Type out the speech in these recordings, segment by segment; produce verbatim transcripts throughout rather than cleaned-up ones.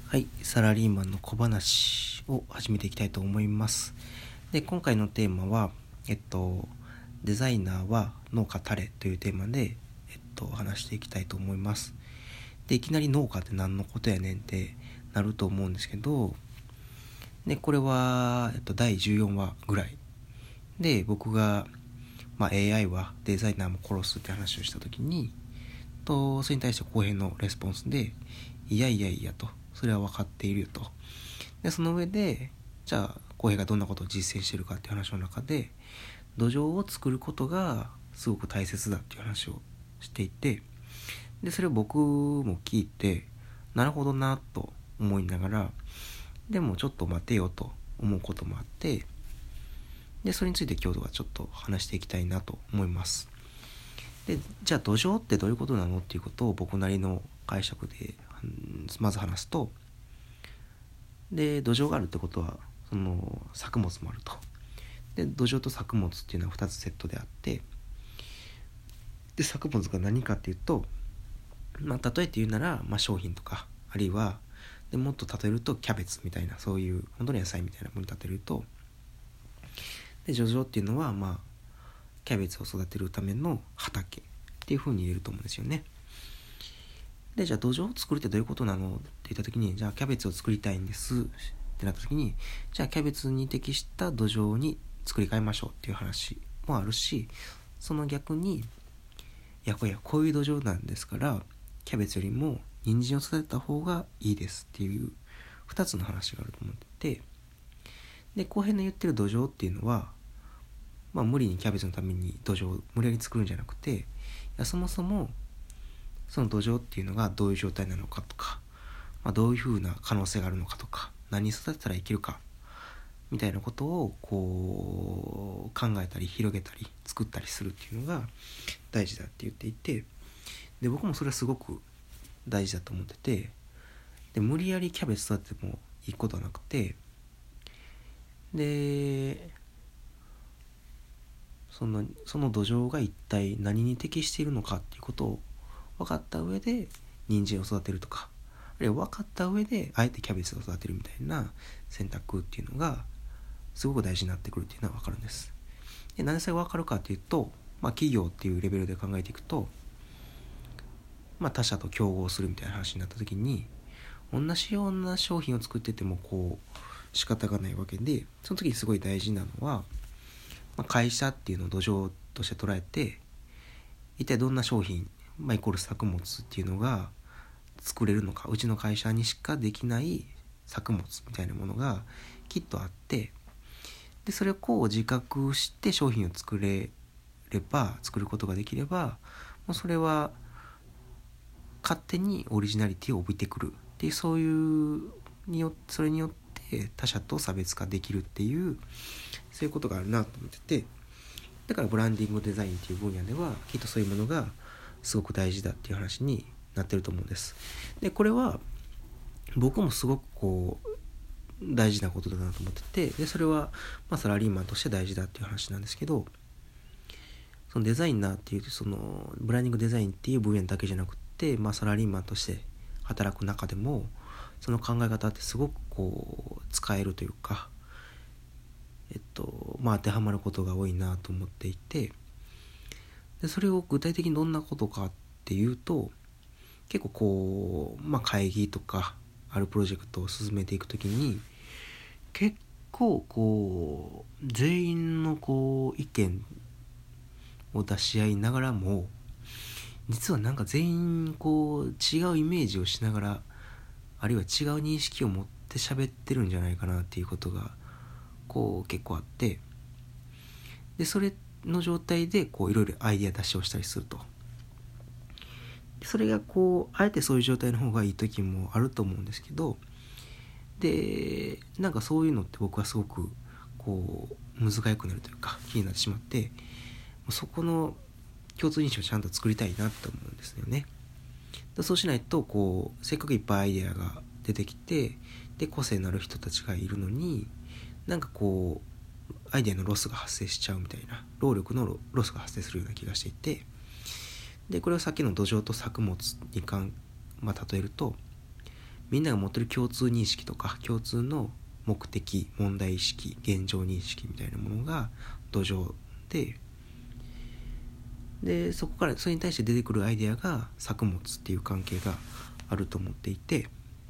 はい、サラリーマンの小話を始めていきたいと思います。で、今回のテーマは、えっと、デザイナーは農家たれというテーマで、えっと、話していきたいと思います。で、いきなり農家って何のことやねんってなると思うんですけど、で、これは、えっと、だいじゅうよんわぐらいで、僕が、まあ、エーアイ はデザイナーも殺すって話をしたときに、と、それに対して公平のレスポンスで、いやいやいやと。それは分かっているよと。で、その上で、じゃあ、浩平がどんなことを実践しているかっていう話の中で、土壌を作ることがすごく大切だっていう話をしていて、で、それを僕も聞いて、なるほどなと思いながら、でもちょっと待てよと思うこともあって、で、それについて今日はちょっと話していきたいなと思います。で、じゃあ土壌ってどういうことなのっていうことを僕なりの解釈でまず話すと、で土壌があるってことはその作物もあると。で土壌と作物っていうのはふたつセットであって、で作物が何かっていうと、まあ例えて言うなら、まあ、商品とか、あるいはでもっと例えるとキャベツみたいな、そういう本当に野菜みたいなものに例えると、で土壌っていうのはまあキャベツを育てるための畑っていう風に言えると思うんですよね。でじゃあ土壌を作るってどういうことなのって言った時に、じゃあキャベツを作りたいんですってなった時に、じゃあキャベツに適した土壌に作り変えましょうっていう話もあるし、その逆に、いやこれこういう土壌なんですから、キャベツよりも人参を育てた方がいいですっていうふたつの話があると思ってて、で後編の言ってる土壌っていうのは、まあ無理にキャベツのために土壌を無理やり作るんじゃなくて、いやそもそもその土壌っていうのがどういう状態なのかとか、まあ、どういうふうな可能性があるのかとか、何育てたらいけるかみたいなことをこう考えたり広げたり作ったりするっていうのが大事だって言っていて、で僕もそれはすごく大事だと思ってて、で無理やりキャベツ育ててもいいことはなくて、でそのその土壌が一体何に適しているのかっていうことを分かった上で人参を育てるとか、あるいは分かった上であえてキャベツを育てるみたいな選択っていうのがすごく大事になってくるっていうのは分かるんです。でなんでそれが分かるかっていうと、まあ、企業っていうレベルで考えていくと、まあ、他社と競合するみたいな話になった時に、同じような商品を作っててもこう仕方がないわけで、その時にすごい大事なのは、まあ、会社っていうのを土壌として捉えて、一体どんな商品、まあ、イコール作物っていうのが作れるのか、うちの会社にしかできない作物みたいなものがきっとあって、でそれをこう自覚して商品を作れれば作ることができれば、もうそれは勝手にオリジナリティを帯びてくるっていう、そういうによそれによって他社と差別化できるっていう、そういうことがあるなと思ってて、だからブランディングデザインっていう分野ではきっとそういうものがすごく大事だっていう話になってると思うんです。でこれは僕もすごくこう大事なことだなと思ってて、でそれはまあサラリーマンとして大事だっていう話なんですけど、そのデザイナーっていうそのブランディングデザインっていう分野だけじゃなくて、まあサラリーマンとして働く中でもその考え方ってすごくこう使えるというか、えっとまあ当てはまることが多いなと思っていて、でそれを具体的にどんなことかっていうと、結構こう、まあ、会議とかあるプロジェクトを進めていくときに、結構こう全員のこう意見を出し合いながらも、実はなんか全員こう違うイメージをしながら、あるいは違う認識を持って喋ってるんじゃないかなっていうことがこう結構あって、でそれの状態でこういろいろアイデア出しをしたりすると。それがこうあえてそういう状態の方がいい時もあると思うんですけど、でなんかそういうのって僕はすごくこう難しくなるというか気になってしまって、そこの共通認識をちゃんと作りたいなと思うんですよね。でそうしないとこうせっかくいっぱいアイデアが出てきて、で個性のある人たちがいるのに、なんかこうアイデアのロスが発生しちゃうみたいな、労力のロスが発生するような気がしていて、でこれをさっきの土壌と作物に関、まあ、例えると、 みんなが持ってる共通認識とか共通の目的、問題意識、現状認識みたいなものが土壌で、でそこからそれに対して出てくるアイデアが作物っていう関係があると思っていて、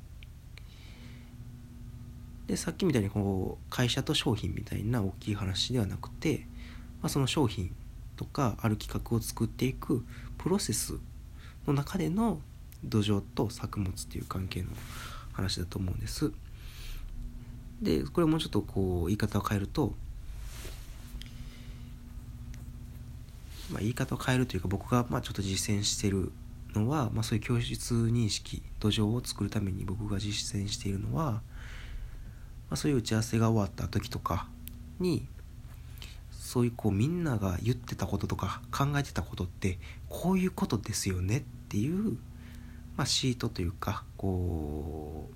でさっきみたいにこう会社と商品みたいな大きい話ではなくて、まあ、その商品とかある企画を作っていくプロセスの中での土壌と作物っていう関係の話だと思うんです。でこれもうちょっとこう言い方を変えると、まあ、言い方を変えるというか僕がまあちょっと実践しているのは、まあ、そういう教室認識土壌を作るために僕が実践しているのは、まあ、そういう打ち合わせが終わった時とかにそういうこうみんなが言ってたこととか考えてたことってこういうことですよねっていう、まあ、シートというかこう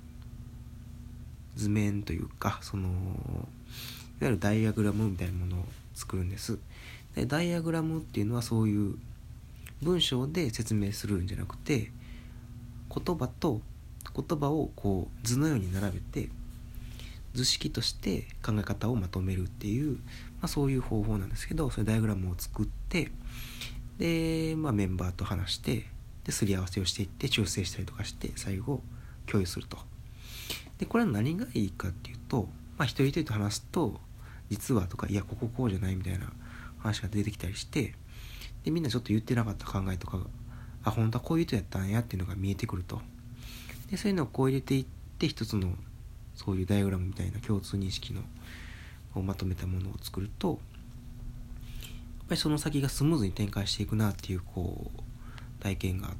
図面というかそのいわゆるダイアグラムみたいなものを作るんです。でダイアグラムっていうのはそういう文章で説明するんじゃなくて言葉と言葉をこう図のように並べて図式として考え方をまとめるっていう、まあ、そういう方法なんですけど、それダイアグラムを作ってで、まあ、メンバーと話してですり合わせをしていって修正したりとかして最後共有すると。でこれは何がいいかっていうと、まあ、一人一人と話すと実はとかいやこここうじゃないみたいな話が出てきたりして、でみんなちょっと言ってなかった考えとかがあ本当はこういう人やったんやっていうのが見えてくると。でそういうのをこう入れていって一つのそういうダイアグラムみたいな共通認識のをまとめたものを作るとやっぱりその先がスムーズに展開していくなっていうこう体験があって、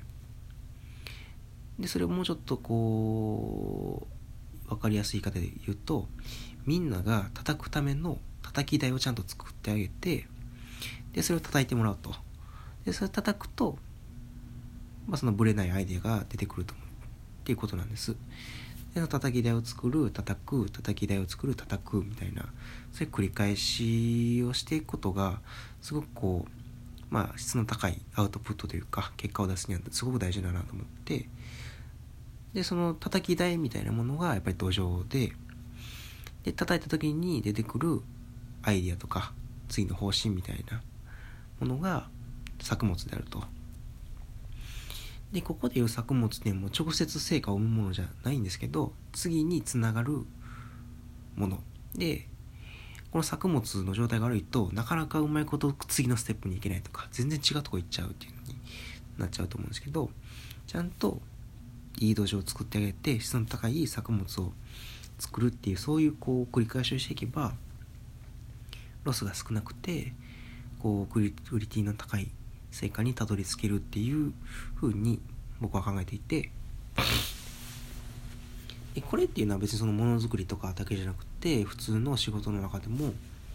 でそれをもうちょっとこう分かりやすい言い方で言うとみんなが叩くための叩き台をちゃんと作ってあげてでそれを叩いてもらうと。でそれを叩くと、まあ、そのブレないアイデアが出てくると思うっていうことなんです。で叩き台を作る叩く叩き台を作る叩くみたいなそういう繰り返しをしていくことがすごくこうまあ質の高いアウトプットというか結果を出すにはすごく大事だなと思って、でその叩き台みたいなものがやっぱり土壌で、で叩いた時に出てくるアイディアとか次の方針みたいなものが作物であると。でここでいう作物っても直接成果を生むものじゃないんですけど次につながるもので、この作物の状態が悪いとなかなかうまいこと次のステップに行けないとか全然違うとこ行っちゃうっていうのになっちゃうと思うんですけど、ちゃんといい土壌を作ってあげて質の高い作物を作るっていうそういうこう繰り返しをしていけばロスが少なくてこうクオリティの高い成果にたどり着けるっていう風に僕は考えていて、でこれっていうのは別にそのものづくりとかだけじゃなくて普通の仕事の中でも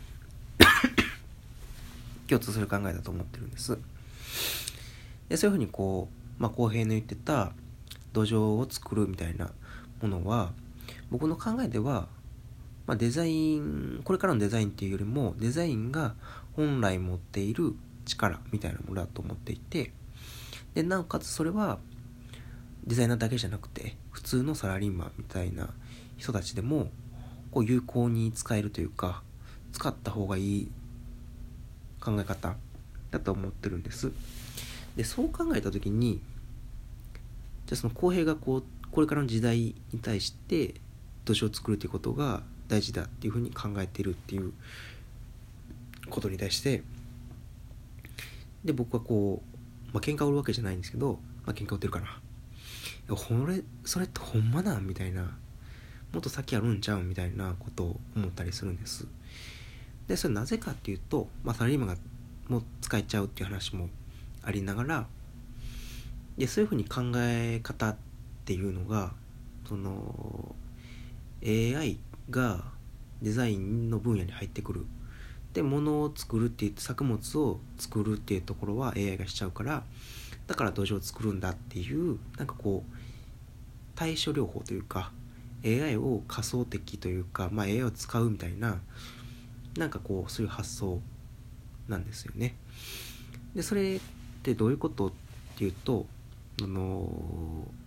共通する考えだと思ってるんです。でそういう風にこう、まあ、公平の言ってた土壌を作るみたいなものは僕の考えでは、まあ、デザインこれからのデザインっていうよりもデザインが本来持っている力みたいなものだと思っていて、でなおかつそれはデザイナーだけじゃなくて普通のサラリーマンみたいな人たちでもこう有効に使えるというか使った方がいい考え方だと思ってるんです。でそう考えた時にじゃあその公平がこうこれからの時代に対して土壌を作るということが大事だっていうふうに考えているっていうことに対してで僕はこう、まあ、喧嘩を売るわけじゃないんですけど、まあ、喧嘩売ってるかなほれそれってほんまなんみたいなもっと先あるんちゃうみたいなことを思ったりするんです。でそれなぜかっていうと、まあ、サラリーマンがもう使えちゃうっていう話もありながらでそういうふうに考え方っていうのがその エーアイ がデザインの分野に入ってくるで物を作るって言って作物を作るっていうところは エーアイ がしちゃうからだから土壌を作るんだっていうなんかこう対処療法というか エーアイ を仮想的というか、まあ、エーアイ を使うみたいななんかこうそういう発想なんですよね。でそれってどういうことっていうとあの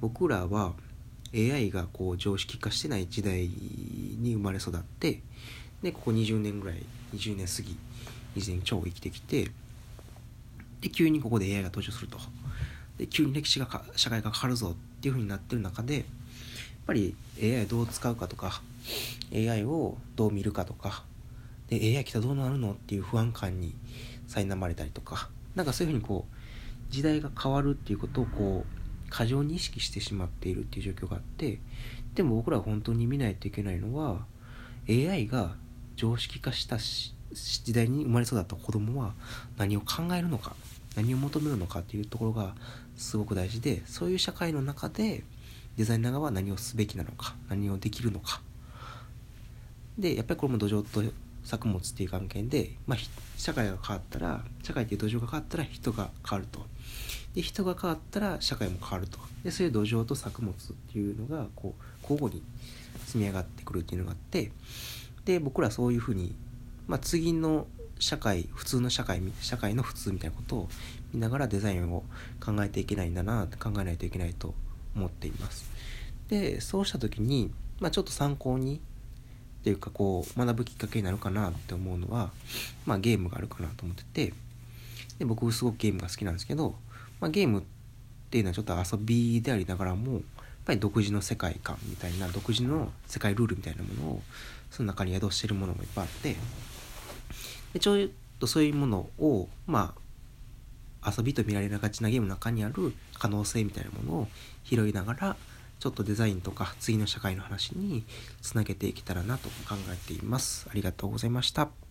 僕らは エーアイ がこう常識化してない時代に生まれ育って、でここにじゅうねんぐらいにじゅうねん過ぎにじゅうねん超生きてきて、で急にここで エーアイ が登場すると、で急に歴史がか社会が変わるぞっていう風になってる中で、やっぱり エーアイ どう使うかとか エーアイ をどう見るかとかで エーアイ 来たらどうなるのっていう不安感に苛まれたりとか、なんかそういう風にこう時代が変わるっていうことをこう過剰に意識してしまっているっていう状況があって、でも僕らが本当に見ないといけないのは エーアイ が常識化したし時代に生まれ育った子供は何を考えるのか、何を求めるのかっていうところがすごく大事で、そういう社会の中でデザイナー側は何をすべきなのか、何をできるのかで、やっぱりこれも土壌と作物っていう関係で、まあ、社会が変わったら社会っていう土壌が変わったら人が変わると、で人が変わったら社会も変わると、でそういう土壌と作物っていうのがこう交互に積み上がってくるっていうのがあって、で僕らそういうふうに、まあ、次の社会普通の社会社会の普通みたいなことを見ながらデザインを考えていけないんだな考えないといけないと思っています。でそうした時に、まあ、ちょっと参考にっていうかこう学ぶきっかけになるかなって思うのは、まあ、ゲームがあるかなと思ってて、で僕すごくゲームが好きなんですけど、まあ、ゲームっていうのはちょっと遊びでありながらもやっぱり独自の世界観みたいな独自の世界ルールみたいなものをその中に宿しているものもいっぱいあって、でちょっとそういうものをまあ遊びと見られがちなゲームの中にある可能性みたいなものを拾いながらちょっとデザインとか次の社会の話につなげていけたらなと考えています。ありがとうございました。